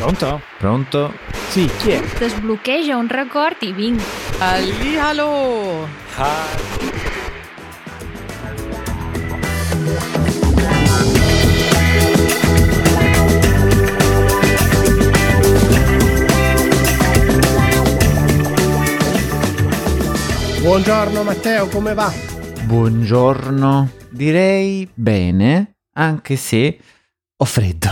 Pronto? Pronto? Sì, chi è? Desbloqueja un record i vinc. Hallihallo! Buongiorno Matteo, come va? Buongiorno. Direi bene, anche se ho freddo.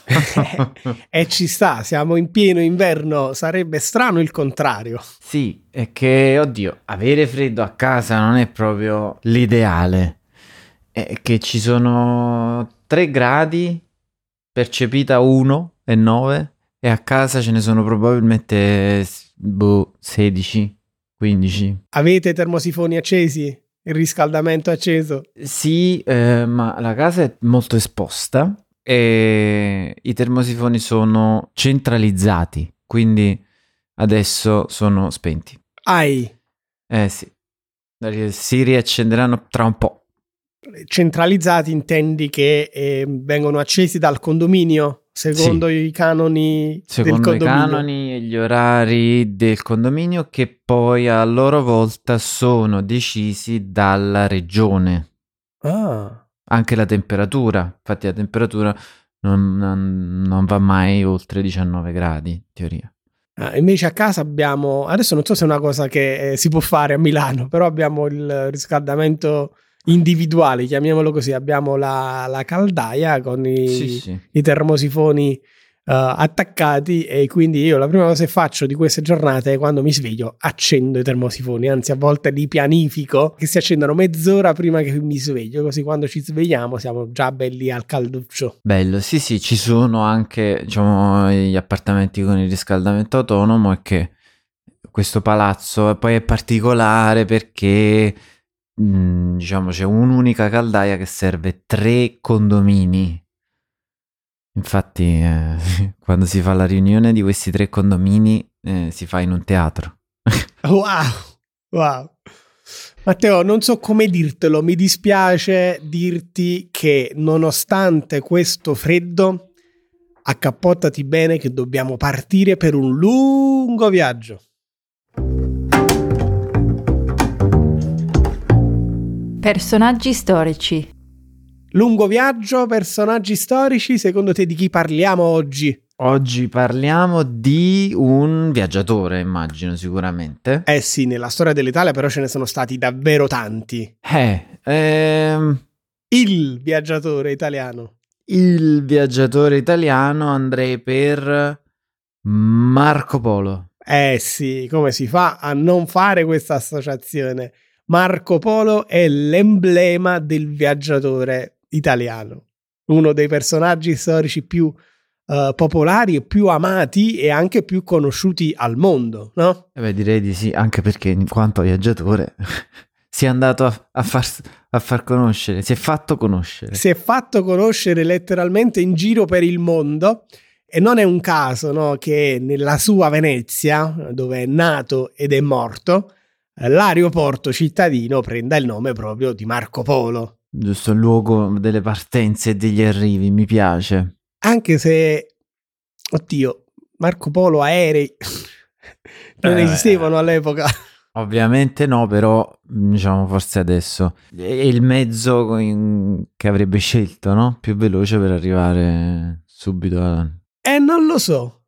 E ci sta, siamo in pieno inverno, sarebbe strano il contrario. Sì, è che, oddio, avere freddo a casa non è proprio l'ideale. È che ci sono 3 gradi, percepita 1,9 e a casa ce ne sono probabilmente 16, 15. Avete termosifoni accesi? Il riscaldamento acceso? Sì, ma la casa è molto esposta e i termosifoni sono centralizzati, quindi adesso sono spenti. Ai, Sì, si riaccenderanno tra un po'. centralizzati intendi che vengono accesi dal condominio, secondo i canoni Secondo del i condominio? canoni e gli orari del condominio, che poi a loro volta sono decisi dalla regione. Ah, Anche la temperatura, infatti la temperatura non va mai oltre 19 gradi, in teoria. invece a casa abbiamo, adesso non so se è una cosa che si può fare a Milano, però abbiamo il riscaldamento individuale, chiamiamolo così, abbiamo la caldaia con Sì. i termosifoni attaccati, e quindi io la prima cosa che faccio di queste giornate è quando mi sveglio accendo i termosifoni, anzi a volte li pianifico che si accendano mezz'ora prima che mi sveglio, così quando ci svegliamo siamo già belli al calduccio. Bello, sì, ci sono anche, diciamo, gli appartamenti con il riscaldamento autonomo, e che questo palazzo poi è particolare perché, diciamo, c'è un'unica caldaia che serve 3 condomini. Infatti, quando si fa la riunione di questi 3 condomini, si fa in un teatro. Wow. Matteo, non so come dirtelo, mi dispiace dirti che nonostante questo freddo, accappottati bene che dobbiamo partire per un lungo viaggio. Personaggi storici. Lungo viaggio, personaggi storici, secondo te di chi parliamo oggi? Oggi parliamo di un viaggiatore, immagino, sicuramente. Eh sì, nella storia dell'Italia però ce ne sono stati davvero tanti. Il viaggiatore italiano. Il viaggiatore italiano, andrei per Marco Polo. Eh sì, come si fa a non fare questa associazione? Marco Polo è l'emblema del viaggiatore italiano, uno dei personaggi storici più popolari e più amati e anche più conosciuti al mondo, no? Direi di sì, anche perché in quanto viaggiatore si è andato a far conoscere, si è fatto conoscere. Si è fatto conoscere letteralmente in giro per il mondo, e non è un caso, no, che nella sua Venezia, dove è nato ed è morto, l'aeroporto cittadino prenda il nome proprio di Marco Polo. Giusto, il luogo delle partenze e degli arrivi, mi piace. Anche se, oddio, Marco Polo aerei non esistevano all'epoca. Ovviamente no, però diciamo forse adesso è il mezzo che avrebbe scelto, no? Più veloce per arrivare subito a... Non lo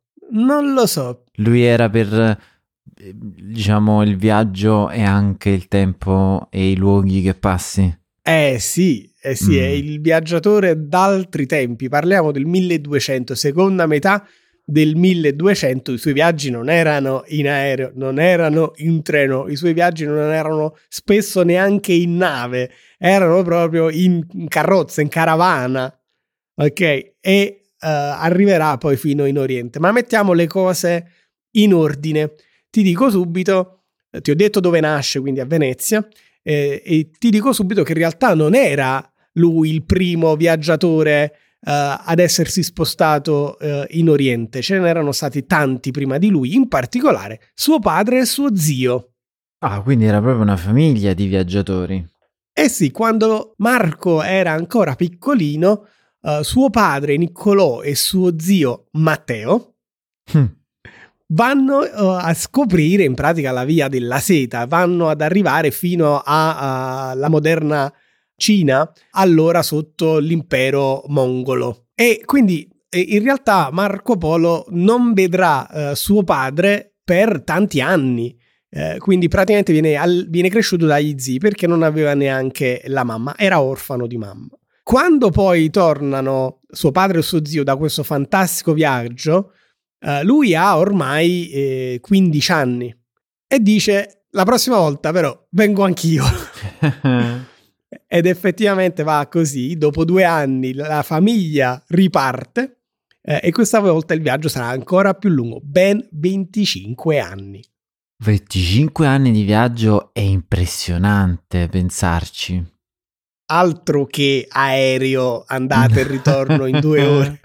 so. Lui era per, diciamo, il viaggio e anche il tempo e i luoghi che passi. Sì, è il viaggiatore d'altri tempi. Parliamo del 1200, seconda metà del 1200. I suoi viaggi non erano in aereo, non erano in treno, i suoi viaggi non erano spesso neanche in nave, erano proprio in carrozza, in caravana, ok? E arriverà poi fino in Oriente. Ma mettiamo le cose in ordine. Ti dico subito, ti ho detto dove nasce, quindi a Venezia, e ti dico subito che in realtà non era lui il primo viaggiatore ad essersi spostato in Oriente. Ce n'erano stati tanti prima di lui, in particolare suo padre e suo zio. Ah, quindi era proprio una famiglia di viaggiatori. Eh sì, quando Marco era ancora piccolino, suo padre Niccolò e suo zio Matteo vanno a scoprire in pratica la via della seta, vanno ad arrivare fino alla moderna Cina, allora sotto l'impero mongolo. E quindi in realtà Marco Polo non vedrà suo padre per tanti anni, quindi praticamente viene cresciuto dagli zii perché non aveva neanche la mamma, era orfano di mamma. Quando poi tornano suo padre e suo zio da questo fantastico viaggio, lui ha ormai 15 anni e dice: la prossima volta però vengo anch'io. Ed effettivamente va così. Dopo 2 anni la famiglia riparte e questa volta il viaggio sarà ancora più lungo, ben 25 anni. 25 anni di viaggio è impressionante pensarci. Altro che aereo andata e ritorno in 2 ore.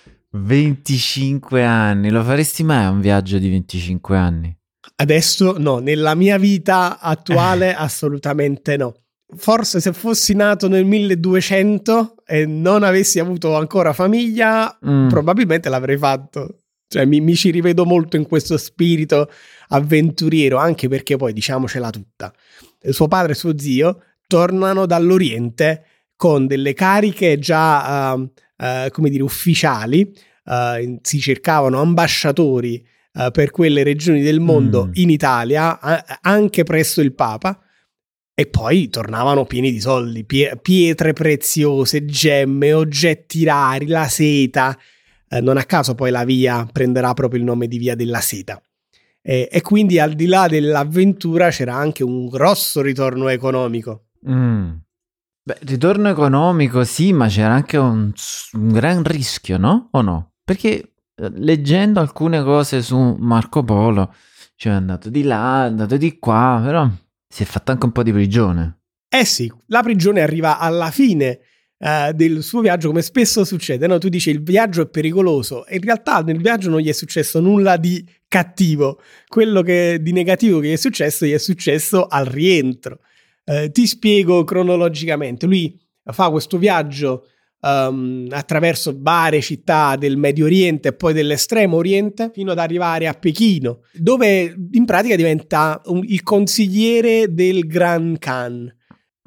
25 anni, lo faresti mai un viaggio di 25 anni? Adesso no, nella mia vita attuale assolutamente no. Forse se fossi nato nel 1200 e non avessi avuto ancora famiglia, probabilmente l'avrei fatto. Cioè mi ci rivedo molto in questo spirito avventuriero, anche perché poi diciamocela tutta. Suo padre e suo zio tornano dall'Oriente con delle cariche già come dire ufficiali, si cercavano ambasciatori per quelle regioni del mondo in Italia, anche presso il Papa, e poi tornavano pieni di soldi, pietre preziose, gemme, oggetti rari, la seta. Non a caso poi la via prenderà proprio il nome di Via della Seta. E quindi al di là dell'avventura c'era anche un grosso ritorno economico. Beh, ritorno economico sì, ma c'era anche un gran rischio, no? O no? Perché leggendo alcune cose su Marco Polo, cioè è andato di là, è andato di qua, però si è fatto anche un po' di prigione. Sì, la prigione arriva alla fine del suo viaggio, come spesso succede, no? Tu dici il viaggio è pericoloso e in realtà nel viaggio non gli è successo nulla di cattivo. Quello di negativo che gli è successo al rientro. Ti spiego cronologicamente. Lui fa questo viaggio attraverso varie città del Medio Oriente e poi dell'estremo Oriente fino ad arrivare a Pechino, dove in pratica diventa il consigliere del Gran Khan.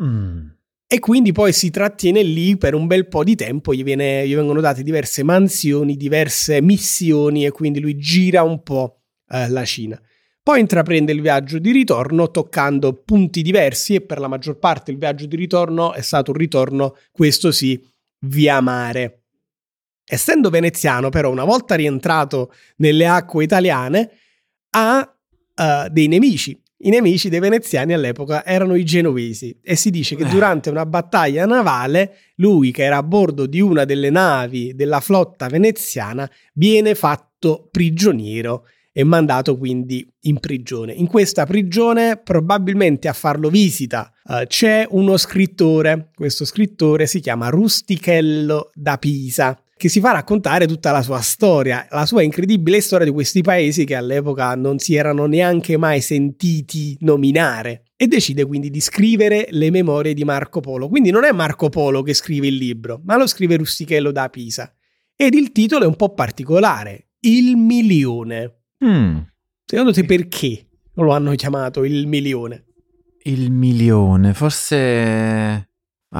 E quindi poi si trattiene lì per un bel po' di tempo, gli vengono date diverse mansioni, diverse missioni e quindi lui gira un po' la Cina. Poi intraprende il viaggio di ritorno toccando punti diversi e per la maggior parte il viaggio di ritorno è stato un ritorno, questo sì, via mare. Essendo veneziano però, una volta rientrato nelle acque italiane, ha dei nemici. I nemici dei veneziani all'epoca erano i genovesi e si dice che durante una battaglia navale lui, che era a bordo di una delle navi della flotta veneziana, viene fatto prigioniero e mandato quindi in prigione. In questa prigione, probabilmente a farlo visita, c'è uno scrittore. Questo scrittore si chiama Rustichello da Pisa, che si fa raccontare tutta la sua storia, la sua incredibile storia di questi paesi che all'epoca non si erano neanche mai sentiti nominare, e decide quindi di scrivere le memorie di Marco Polo. Quindi non è Marco Polo che scrive il libro, ma lo scrive Rustichello da Pisa. Ed il titolo è un po' particolare, Il Milione. Secondo te perché lo hanno chiamato Il Milione? Il milione, forse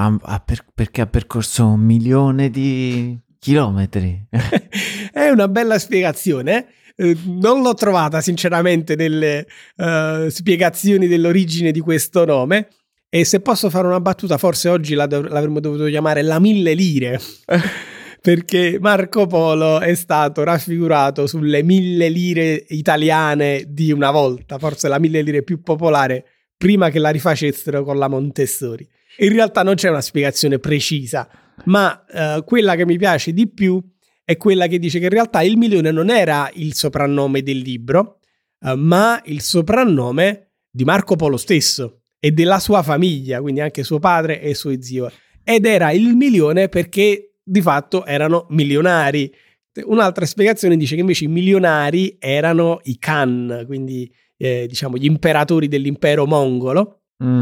perché ha percorso 1 milione di chilometri. È una bella spiegazione. Non l'ho trovata sinceramente nelle spiegazioni dell'origine di questo nome, e se posso fare una battuta, forse oggi l'avremmo dovuto chiamare la 1000 lire. Perché Marco Polo è stato raffigurato sulle 1000 lire italiane di una volta, forse la 1000 lire più popolare prima che la rifacessero con la Montessori. In realtà non c'è una spiegazione precisa, ma quella che mi piace di più è quella che dice che in realtà il milione non era il soprannome del libro, ma il soprannome di Marco Polo stesso e della sua famiglia, quindi anche suo padre e suo zio. Ed era il milione perché di fatto erano milionari. Un'altra spiegazione dice che invece i milionari erano i Khan, quindi diciamo gli imperatori dell'impero mongolo.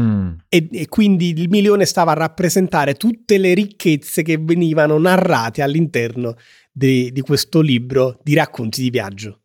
E quindi il milione stava a rappresentare tutte le ricchezze che venivano narrate all'interno di questo libro di racconti di viaggio.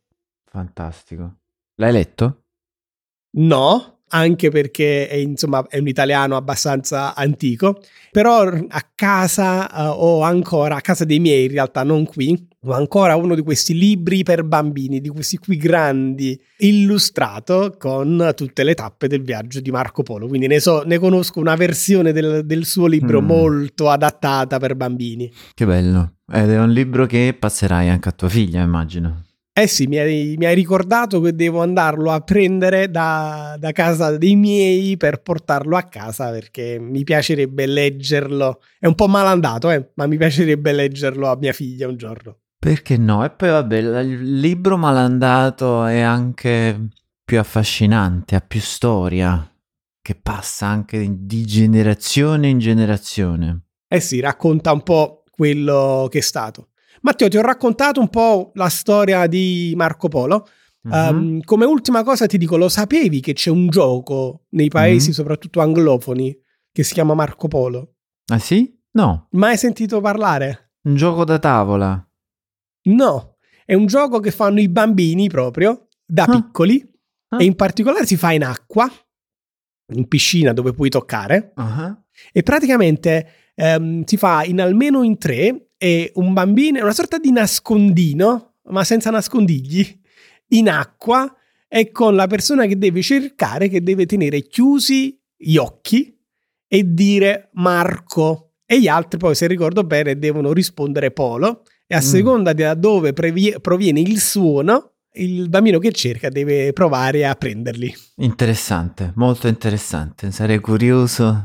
Fantastico. L'hai letto? No, anche perché è un italiano abbastanza antico, però a casa ho ancora, a casa dei miei in realtà, non qui, ho ancora uno di questi libri per bambini, di questi qui grandi, illustrato con tutte le tappe del viaggio di Marco Polo, quindi ne conosco una versione del suo libro molto adattata per bambini. Che bello, ed è un libro che passerai anche a tua figlia, immagino. Eh sì, mi hai ricordato che devo andarlo a prendere da casa dei miei per portarlo a casa, perché mi piacerebbe leggerlo. È un po' malandato, ma mi piacerebbe leggerlo a mia figlia un giorno. Perché no? E poi vabbè, il libro malandato è anche più affascinante, ha più storia, che passa anche di generazione in generazione. Eh sì, racconta un po' quello che è stato. Matteo, ti ho raccontato un po' la storia di Marco Polo. Come ultima cosa ti dico, lo sapevi che c'è un gioco nei paesi soprattutto anglofoni che si chiama Marco Polo? Ah sì? No. Mai sentito parlare? Un gioco da tavola? No, è un gioco che fanno i bambini proprio, da piccoli, e in particolare si fa in acqua, in piscina dove puoi toccare, e praticamente si fa almeno in 3, e un bambino è una sorta di nascondino, ma senza nascondigli, in acqua, e con la persona che deve cercare, che deve tenere chiusi gli occhi e dire Marco, e gli altri poi, se ricordo bene, devono rispondere Polo, e a seconda da dove proviene il suono, il bambino che cerca deve provare a prenderli. Interessante, molto interessante, sarei curioso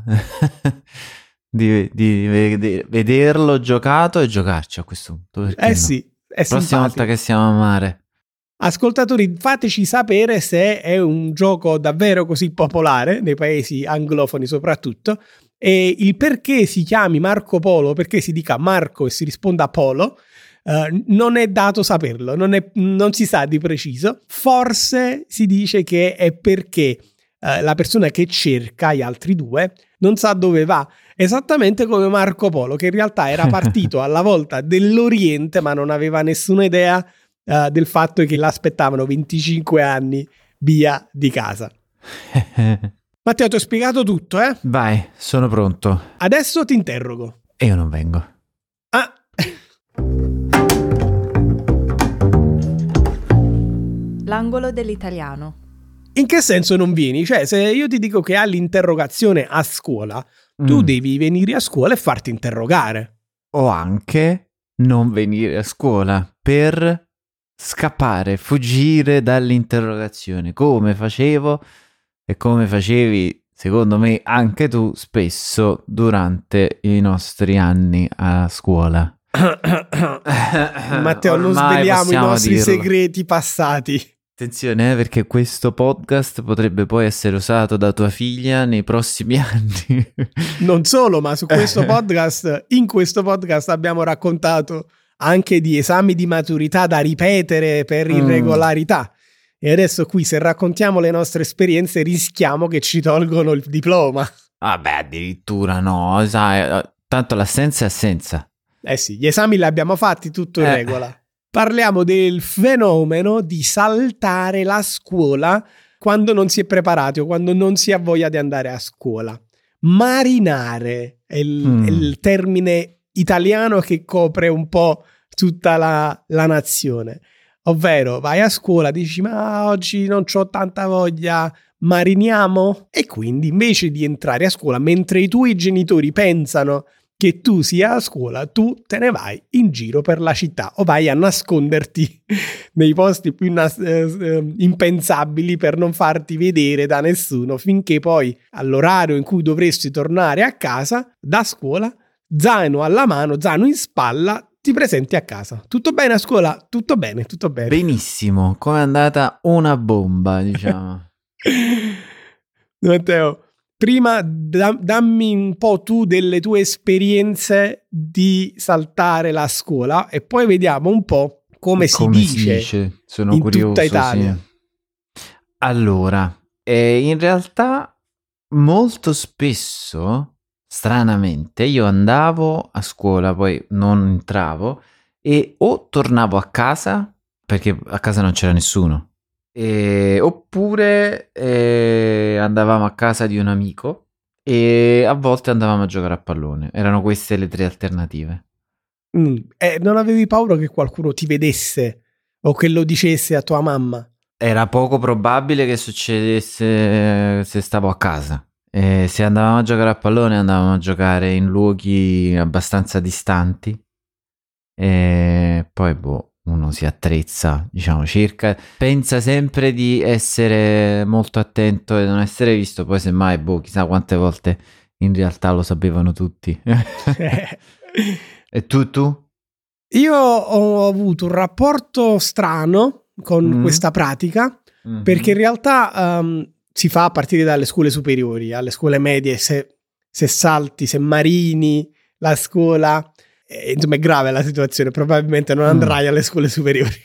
di vederlo giocato e giocarci a questo punto. Sì, è la prossima volta che siamo a mare. Ascoltatori, fateci sapere se è un gioco davvero così popolare nei paesi anglofoni soprattutto, e il perché si chiami Marco Polo, perché si dica Marco e si risponda Polo, non è dato saperlo, non si sa di preciso. Forse si dice che è perché la persona che cerca gli altri due non sa dove va, esattamente come Marco Polo, che in realtà era partito alla volta dell'Oriente, ma non aveva nessuna idea del fatto che l'aspettavano 25 anni via di casa. Matteo, ti ho spiegato tutto, eh? Vai, sono pronto. Adesso ti interrogo. E io non vengo. Ah. L'angolo dell'italiano. In che senso non vieni? Cioè, se io ti dico che hai l'interrogazione a scuola, tu devi venire a scuola e farti interrogare. O anche non venire a scuola per scappare, fuggire dall'interrogazione, come facevo e come facevi, secondo me, anche tu spesso durante i nostri anni a scuola. Matteo, non sveliamo i nostri segreti passati. Attenzione, perché questo podcast potrebbe poi essere usato da tua figlia nei prossimi anni. Non solo, ma su questo podcast, in questo podcast abbiamo raccontato anche di esami di maturità da ripetere per irregolarità. E adesso qui, se raccontiamo le nostre esperienze, rischiamo che ci tolgono il diploma. Vabbè, addirittura no, sai, tanto l'assenza è assenza. Eh sì, gli esami li abbiamo fatti, tutto in regola. Parliamo del fenomeno di saltare la scuola quando non si è preparati o quando non si ha voglia di andare a scuola. Marinare è il termine italiano che copre un po' tutta la nazione. Ovvero, vai a scuola, dici ma oggi non c'ho tanta voglia, mariniamo? E quindi invece di entrare a scuola, mentre i tuoi genitori pensano che tu sia a scuola, tu te ne vai in giro per la città o vai a nasconderti nei posti più impensabili per non farti vedere da nessuno, finché poi all'orario in cui dovresti tornare a casa da scuola, zaino alla mano, zaino in spalla, ti presenti a casa. Tutto bene a scuola? Tutto bene, tutto bene. Benissimo, come è andata una bomba, diciamo. Matteo, prima dammi un po' tu delle tue esperienze di saltare la scuola e poi vediamo un po' come si dice sono in curioso, tutta Italia. Sì. Allora, in realtà molto spesso, stranamente, io andavo a scuola, poi non entravo e o tornavo a casa perché a casa non c'era nessuno. Oppure andavamo a casa di un amico e a volte andavamo a giocare a pallone. Erano queste le 3 alternative. Non avevi paura che qualcuno ti vedesse o che lo dicesse a tua mamma? Era poco probabile che succedesse se stavo a casa. Se andavamo a giocare a pallone, andavamo a giocare in luoghi abbastanza distanti. E poi, uno si attrezza, diciamo, pensa sempre di essere molto attento e non essere visto. Poi, semmai, chissà quante volte in realtà lo sapevano tutti. E tu? Io ho avuto un rapporto strano con questa pratica, perché in realtà si fa a partire dalle scuole superiori. Alle scuole medie, se salti, se marini la scuola, insomma è grave la situazione, probabilmente non andrai alle scuole superiori.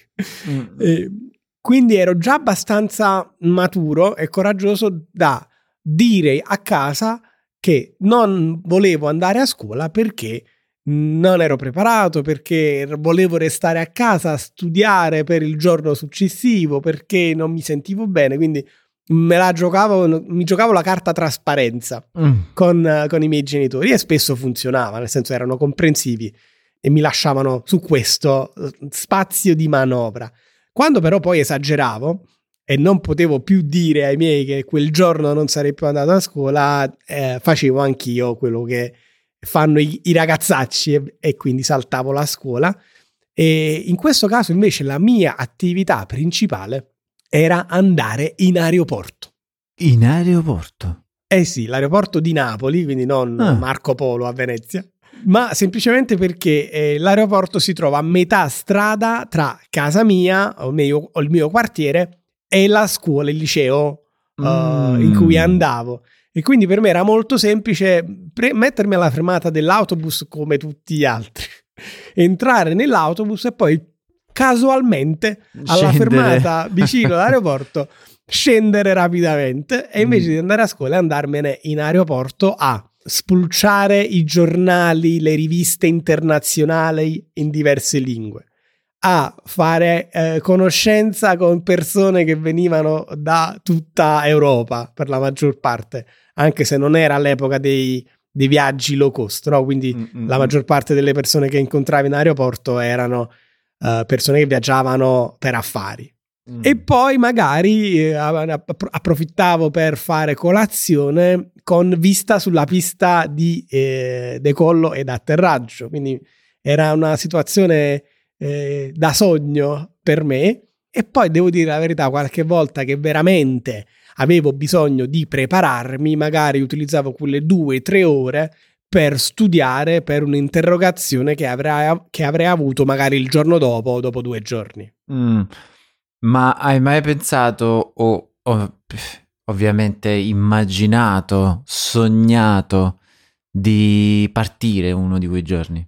Quindi ero già abbastanza maturo e coraggioso da dire a casa che non volevo andare a scuola perché non ero preparato, perché volevo restare a casa a studiare per il giorno successivo, perché non mi sentivo bene, quindi mi giocavo la carta trasparenza con i miei genitori, e spesso funzionava, nel senso erano comprensivi e mi lasciavano su questo spazio di manovra. Quando però poi esageravo e non potevo più dire ai miei che quel giorno non sarei più andato a scuola, facevo anch'io quello che fanno i ragazzacci e quindi saltavo la scuola. E in questo caso invece la mia attività principale era andare in aeroporto. In aeroporto? Eh sì, l'aeroporto di Napoli, quindi non Marco Polo a Venezia, ma semplicemente perché l'aeroporto si trova a metà strada tra casa mia, o il mio quartiere, e la scuola, il liceo in cui andavo. E quindi per me era molto semplice mettermi alla fermata dell'autobus come tutti gli altri, entrare nell'autobus e poi casualmente alla fermata vicino all'aeroporto scendere rapidamente, e invece di andare a scuola andarmene in aeroporto a spulciare i giornali, le riviste internazionali in diverse lingue, a fare conoscenza con persone che venivano da tutta Europa per la maggior parte, anche se non era all'epoca dei viaggi low cost, no? Quindi la maggior parte delle persone che incontravi in aeroporto erano persone che viaggiavano per affari. E poi magari approfittavo per fare colazione con vista sulla pista di decollo ed atterraggio, quindi era una situazione da sogno per me. E poi devo dire la verità, qualche volta che veramente avevo bisogno di prepararmi, magari utilizzavo quelle 2-3 ore per studiare per un'interrogazione che avrei avuto magari il giorno dopo 2 giorni. Ma hai mai pensato o ovviamente immaginato, sognato di partire uno di quei giorni?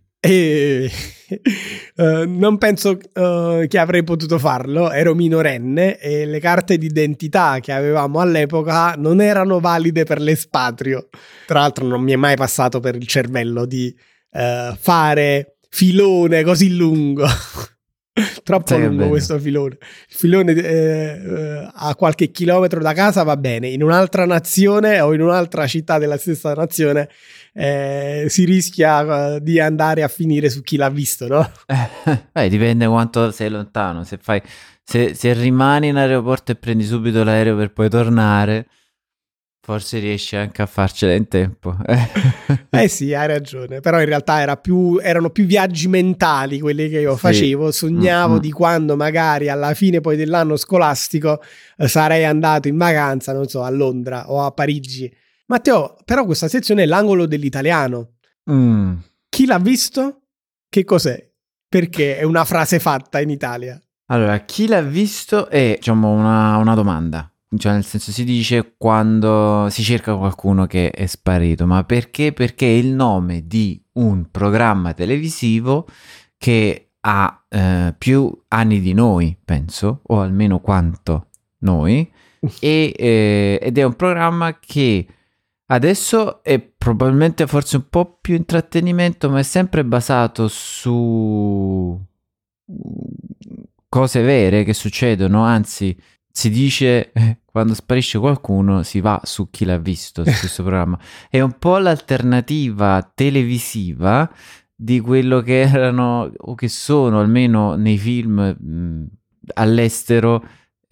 Non penso che avrei potuto farlo, ero minorenne e le carte d'identità che avevamo all'epoca non erano valide per l'espatrio. Tra l'altro non mi è mai passato per il cervello di fare filone così lungo. Troppo lungo questo filone. Il filone a qualche chilometro da casa va bene, in un'altra nazione o in un'altra città della stessa nazione si rischia di andare a finire su chi l'ha visto, no? Dipende quanto sei lontano. Se rimani in aeroporto e prendi subito l'aereo per poi tornare, forse riesci anche a farcela in tempo. Sì, hai ragione. Però in realtà erano più viaggi mentali quelli che io facevo. Sognavo di quando magari alla fine poi dell'anno scolastico sarei andato in vacanza, non so, a Londra o a Parigi. Matteo, però questa sezione è l'angolo dell'italiano. Chi l'ha visto? Che cos'è? Perché è una frase fatta in Italia. Allora, chi l'ha visto è, diciamo, una domanda. Cioè, nel senso, si dice quando si cerca qualcuno che è sparito, ma perché? Perché è il nome di un programma televisivo che ha più anni di noi, penso, o almeno quanto noi, ed è un programma che adesso è probabilmente forse un po' più intrattenimento, ma è sempre basato su cose vere che succedono, anzi si dice quando sparisce qualcuno si va su Chi l'ha visto, su questo programma. È un po' l'alternativa televisiva di quello che erano o che sono almeno nei film all'estero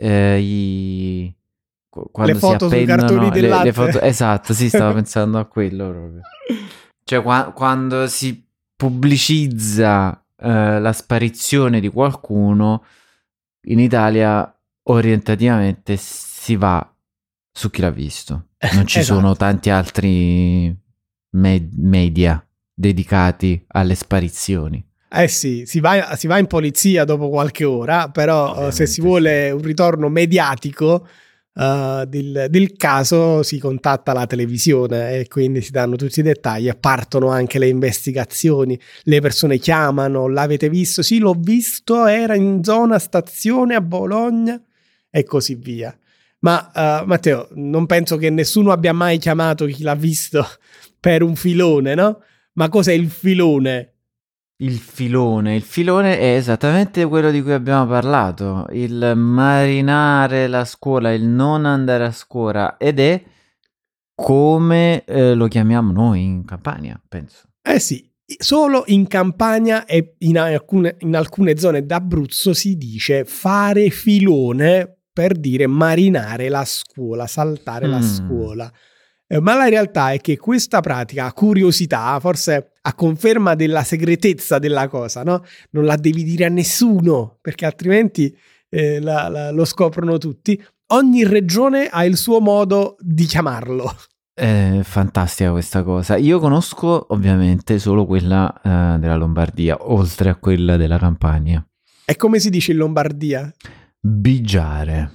quando le foto si sui appendono cartoni del latte. le foto, esatto, sì, stavo pensando a quello proprio. Cioè quando si pubblicizza la sparizione di qualcuno in Italia, orientativamente si va su Chi l'ha visto. Non ci Esatto. sono tanti altri media dedicati alle sparizioni. Eh sì, si va in polizia dopo qualche ora, però se si vuole un ritorno mediatico del caso si contatta la televisione e quindi si danno tutti i dettagli e partono anche le investigazioni, le persone chiamano, l'avete visto? Sì, l'ho visto, era in zona stazione a Bologna e così via. Ma Matteo, non penso che nessuno abbia mai chiamato Chi l'ha visto per un filone, no? Ma cos'è il filone? Il filone è esattamente quello di cui abbiamo parlato, il marinare la scuola, il non andare a scuola, ed è come lo chiamiamo noi in Campania, penso. Eh sì, solo in Campania e in alcune zone d'Abruzzo si dice fare filone per dire marinare la scuola, saltare la scuola. Ma la realtà è che questa pratica, a curiosità, forse a conferma della segretezza della cosa, no? Non la devi dire a nessuno, perché altrimenti lo scoprono tutti. Ogni regione ha il suo modo di chiamarlo. È fantastica questa cosa. Io conosco ovviamente solo quella della Lombardia, oltre a quella della Campania. E come si dice in Lombardia? Bigiare.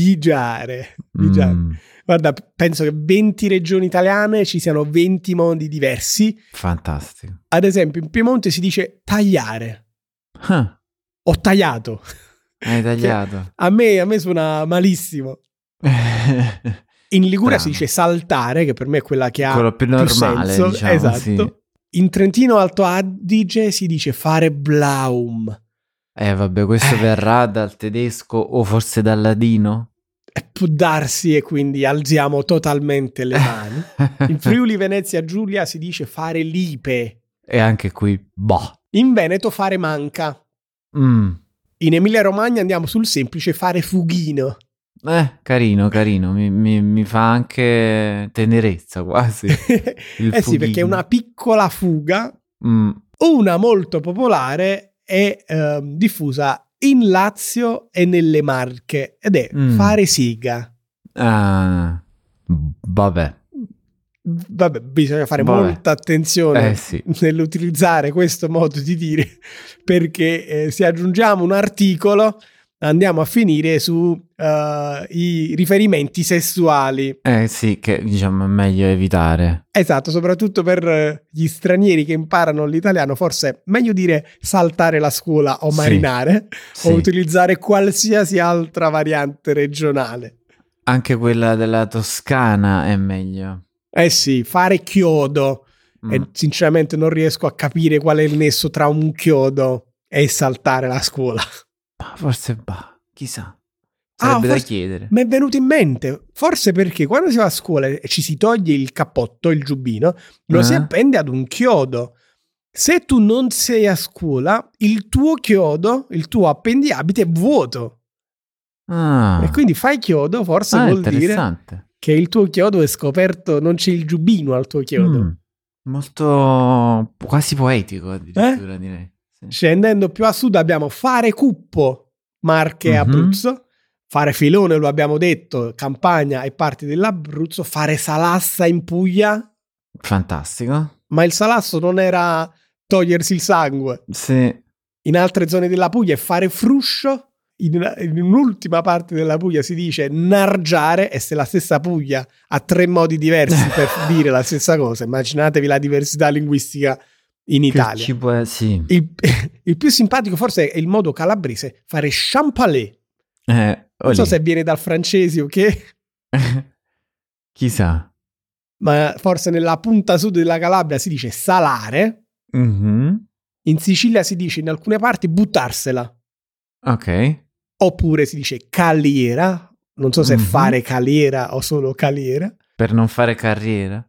Guarda, penso che 20 regioni italiane ci siano 20 modi diversi. Fantastico. Ad esempio, in Piemonte si dice tagliare. Ho tagliato. Hai tagliato. A me suona malissimo. In Liguria si dice saltare, che per me è quella che ha quello più normale, senso. diciamo, esatto. Sì. In Trentino Alto Adige si dice fare Blaum. Vabbè, questo verrà dal tedesco o forse dal ladino? Può darsi, e quindi alziamo totalmente le mani. In Friuli Venezia Giulia si dice fare lipe. E anche qui, boh. In Veneto fare manca. In Emilia Romagna andiamo sul semplice fare fughino. Carino, mi fa anche tenerezza quasi. Sì, perché è una piccola fuga. Una molto popolare è diffusa in Lazio e nelle Marche ed è fare siga. Vabbè, bisogna fare molta attenzione nell'utilizzare questo modo di dire, perché se aggiungiamo un articolo andiamo a finire su i riferimenti sessuali. Sì, che diciamo è meglio evitare. Esatto, soprattutto per gli stranieri che imparano l'italiano, forse è meglio dire saltare la scuola o marinare, o utilizzare qualsiasi altra variante regionale. Anche quella della Toscana è meglio. Sì, fare chiodo. E sinceramente non riesco a capire qual è il nesso tra un chiodo e saltare la scuola. Forse chissà, sarebbe da chiedere. Mi è venuto in mente, forse perché quando si va a scuola e ci si toglie il cappotto, il giubbino, lo si appende ad un chiodo. Se tu non sei a scuola, il tuo chiodo, il tuo appendiabite è vuoto. E quindi fai chiodo, forse vuol dire che il tuo chiodo è scoperto, non c'è il giubbino al tuo chiodo. Molto quasi poetico addirittura, direi. Scendendo più a sud abbiamo fare cuppo, Marche e Abruzzo, fare filone, lo abbiamo detto, Campania e parti dell'Abruzzo, fare salassa in Puglia. Fantastico. Ma il salasso non era togliersi il sangue. Sì. In altre zone della Puglia è fare fruscio, in un'ultima parte della Puglia si dice nargiare, e se la stessa Puglia ha 3 modi diversi per dire la stessa cosa, immaginatevi la diversità linguistica in Italia. Il più simpatico forse è il modo calabrese, fare champalé. Non so se viene dal francese o che. Chissà. Ma forse nella punta sud della Calabria si dice salare. In Sicilia si dice in alcune parti buttarsela. Ok. Oppure si dice caliera, non so se fare caliera o solo caliera. Per non fare carriera.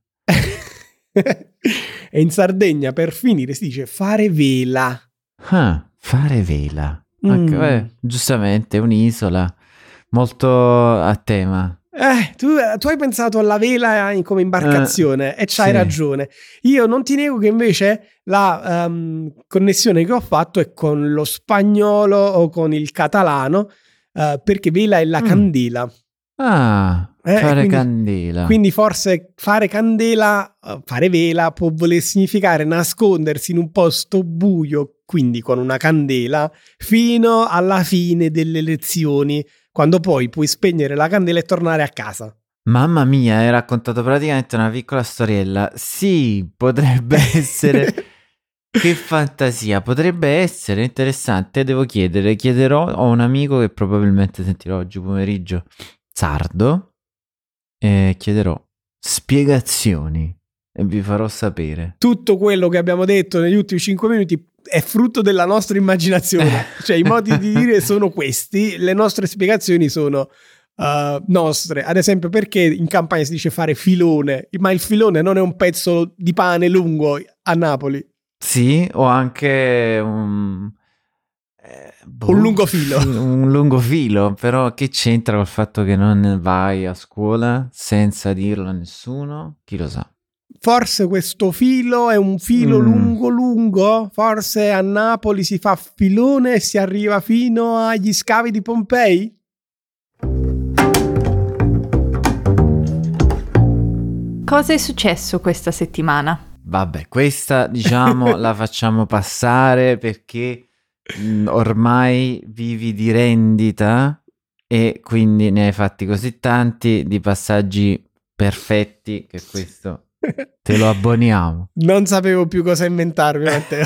E in Sardegna, per finire, si dice fare vela. Fare vela. Giustamente, un'isola molto a tema. Tu hai pensato alla vela come imbarcazione e c'hai sì. ragione. Io non ti nego che invece la connessione che ho fatto è con lo spagnolo o con il catalano, perché vela è la candela. Fare candela. Quindi forse fare candela, fare vela può voler significare nascondersi in un posto buio, quindi con una candela, fino alla fine delle lezioni, quando poi puoi spegnere la candela e tornare a casa. Mamma mia, hai raccontato praticamente una piccola storiella. Sì, potrebbe essere. Che fantasia, potrebbe essere interessante. Chiederò a un amico che probabilmente sentirò oggi pomeriggio, sardo, e chiederò spiegazioni e vi farò sapere. Tutto quello che abbiamo detto negli ultimi 5 minuti è frutto della nostra immaginazione. Cioè i modi di dire sono questi, le nostre spiegazioni sono nostre. Ad esempio, perché in Campania si dice fare filone, ma il filone non è un pezzo di pane lungo a Napoli. Sì, o anche un lungo filo. Un lungo filo, però che c'entra col fatto che non vai a scuola senza dirlo a nessuno? Chi lo sa? Forse questo filo è un filo lungo, forse a Napoli si fa filone e si arriva fino agli scavi di Pompei? Cosa è successo questa settimana? Vabbè, questa diciamo la facciamo passare perché ormai vivi di rendita e quindi ne hai fatti così tanti di passaggi perfetti che questo te lo abboniamo. Non sapevo più cosa inventarmi, Matteo.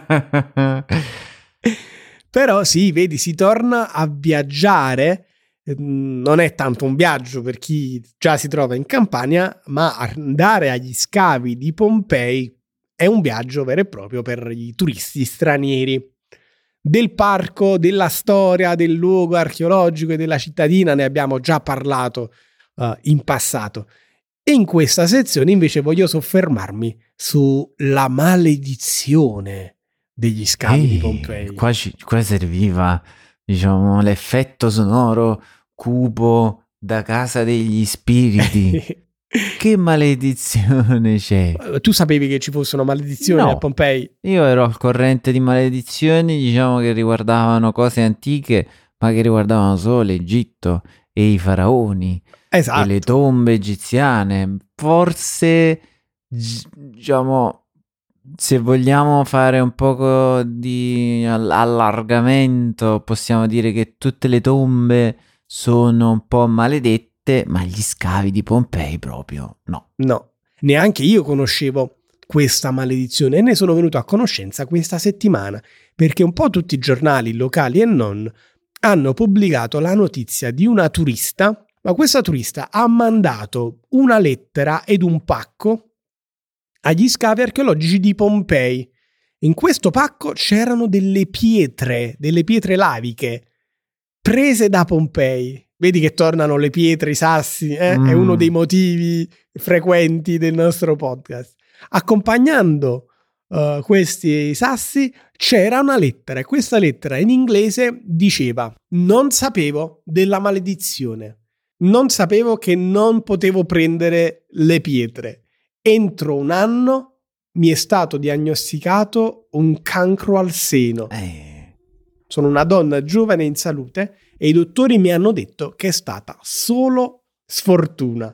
Però sì, vedi, si torna a viaggiare. Non è tanto un viaggio per chi già si trova in Campania, ma andare agli scavi di Pompei è un viaggio vero e proprio per i turisti stranieri. Del parco, della storia, del luogo archeologico e della cittadina ne abbiamo già parlato in passato. E in questa sezione invece voglio soffermarmi sulla maledizione degli scavi di Pompei. Qua serviva, diciamo, l'effetto sonoro cupo da casa degli spiriti. Che maledizione c'è? Tu sapevi che ci fosse una maledizione a Pompei? Io ero al corrente di maledizioni, diciamo, che riguardavano cose antiche, ma che riguardavano solo l'Egitto e i faraoni. Esatto. E le tombe egiziane. Forse, diciamo, se vogliamo fare un poco di allargamento, possiamo dire che tutte le tombe sono un po' maledette, ma gli scavi di Pompei proprio no. No, neanche io conoscevo questa maledizione e ne sono venuto a conoscenza questa settimana, perché un po' tutti i giornali locali e non hanno pubblicato la notizia di una turista, ma questa turista ha mandato una lettera ed un pacco agli scavi archeologici di Pompei. In questo pacco c'erano delle pietre laviche prese da Pompei. Vedi che tornano le pietre, i sassi, È uno dei motivi frequenti del nostro podcast. Accompagnando questi sassi c'era una lettera e questa lettera in inglese diceva: non sapevo della maledizione, non sapevo che non potevo prendere le pietre. Entro un anno mi è stato diagnosticato un cancro al seno. Sono una donna giovane in salute e i dottori mi hanno detto che è stata solo sfortuna.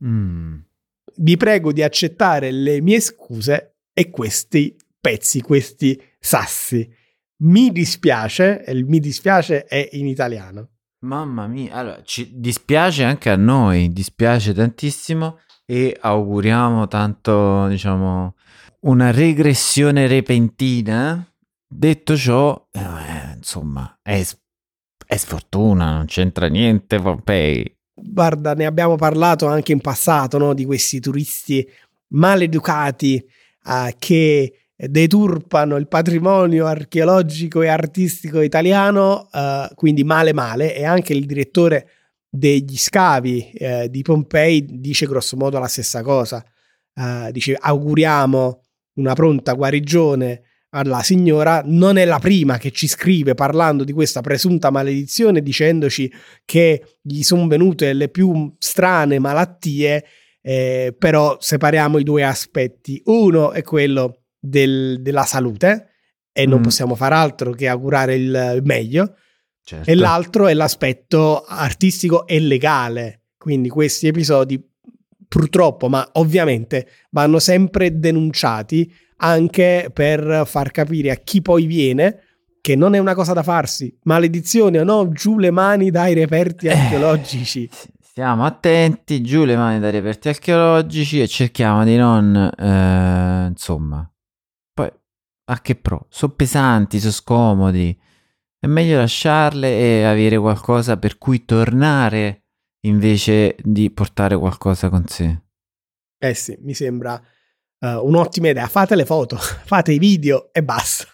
Vi prego di accettare le mie scuse e questi pezzi, questi sassi. Mi dispiace, e il mi dispiace è in italiano. Mamma mia, allora ci dispiace anche a noi, dispiace tantissimo e auguriamo tanto, diciamo, una regressione repentina. Detto ciò, insomma, è sfortuna, non c'entra niente Pompei. Guarda, ne abbiamo parlato anche in passato, no? Di questi turisti maleducati che deturpano il patrimonio archeologico e artistico italiano, quindi male, e anche il direttore degli scavi di Pompei dice grossomodo la stessa cosa. Dice: auguriamo una pronta guarigione alla signora. Non è la prima che ci scrive parlando di questa presunta maledizione, dicendoci che gli sono venute le più strane malattie, però separiamo i due aspetti. Uno è quello della salute, e non possiamo far altro che augurare il meglio. Certo. E l'altro è l'aspetto artistico e legale. Quindi questi episodi, purtroppo, ma ovviamente, vanno sempre denunciati, anche per far capire a chi poi viene che non è una cosa da farsi. Maledizione o no, giù le mani dai reperti archeologici. Stiamo attenti, giù le mani dai reperti archeologici, e cerchiamo di non, insomma, poi a che pro? Sono pesanti, sono scomodi. È meglio lasciarle e avere qualcosa per cui tornare invece di portare qualcosa con sé. Sì, mi sembra un'ottima idea. Fate le foto, fate i video e basta.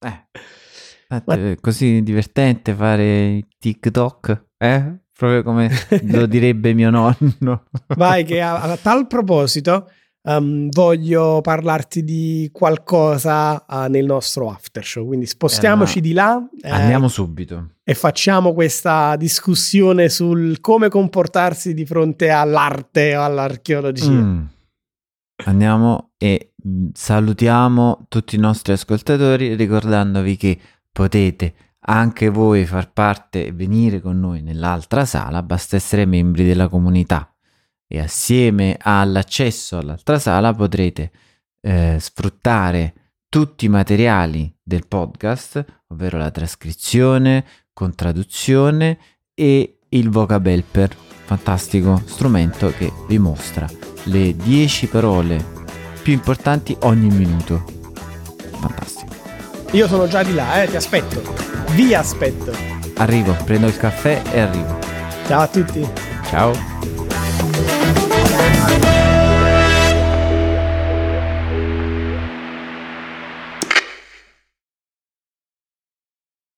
È così divertente fare i TikTok, proprio come lo direbbe mio nonno. Vai, che a tal proposito voglio parlarti di qualcosa nel nostro after show, quindi spostiamoci di là. Andiamo subito. E facciamo questa discussione sul come comportarsi di fronte all'arte o all'archeologia. Andiamo e salutiamo tutti i nostri ascoltatori, ricordandovi che potete anche voi far parte e venire con noi nell'altra sala, basta essere membri della comunità, e assieme all'accesso all'altra sala potrete sfruttare tutti i materiali del podcast, ovvero la trascrizione con traduzione e il vocabelper, fantastico strumento che vi mostra le 10 parole più importanti ogni minuto. Fantastico. Io sono già di là, ti aspetto. Vi aspetto. Arrivo, prendo il caffè e arrivo. Ciao a tutti. Ciao.